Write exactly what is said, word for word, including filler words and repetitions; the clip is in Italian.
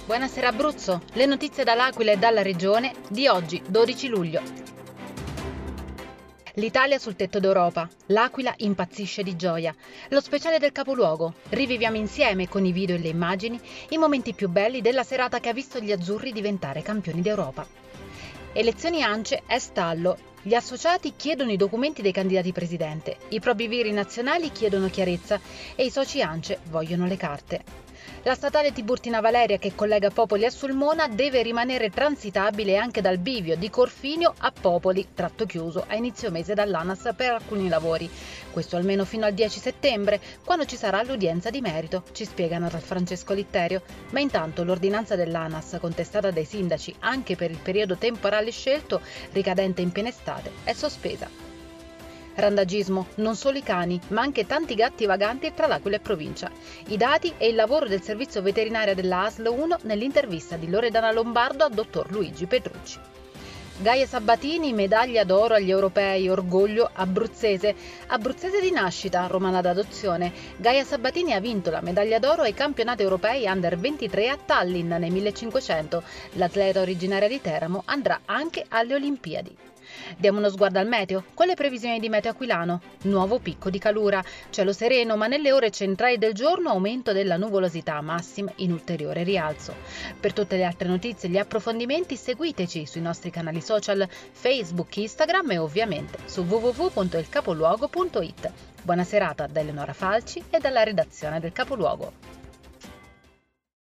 Buonasera Abruzzo, le notizie dall'Aquila e dalla regione di oggi, dodici luglio. L'Italia sul tetto d'Europa, l'Aquila impazzisce di gioia. Lo speciale del capoluogo, riviviamo insieme con i video e le immagini i momenti più belli della serata che ha visto gli azzurri diventare campioni d'Europa. Elezioni ANCE è stallo. Gli associati chiedono i documenti dei candidati presidente, i propri viri nazionali chiedono chiarezza e i soci ANCE vogliono le carte. La statale Tiburtina Valeria che collega Popoli a Sulmona deve rimanere transitabile anche dal bivio di Corfinio a Popoli, tratto chiuso a inizio mese dall'ANAS per alcuni lavori. Questo almeno fino al dieci settembre, quando ci sarà l'udienza di merito, ci spiega Natal Francesco Litterio. Ma intanto l'ordinanza dell'ANAS, contestata dai sindaci anche per il periodo temporale scelto, ricadente in piena estate, è sospesa. Randagismo, non solo i cani, ma anche tanti gatti vaganti tra l'Aquila e provincia. I dati e il lavoro del servizio veterinario della A S L uno nell'intervista di Loredana Lombardo al dottor Luigi Petrucci. Gaia Sabatini, medaglia d'oro agli europei, orgoglio abruzzese. Abruzzese di nascita, romana d'adozione, Gaia Sabatini ha vinto la medaglia d'oro ai campionati europei under ventitré a Tallinn nel millecinquecento. L'atleta originaria di Teramo andrà anche alle Olimpiadi. Diamo uno sguardo al meteo, con le previsioni di meteo aquilano. Nuovo picco di calura, cielo sereno ma nelle ore centrali del giorno aumento della nuvolosità, massima in ulteriore rialzo. Per tutte le altre notizie e gli approfondimenti seguiteci sui nostri canali social Facebook, Instagram e ovviamente su w w w punto il capoluogo punto it. Buona serata da Eleonora Falci e dalla redazione del Capoluogo.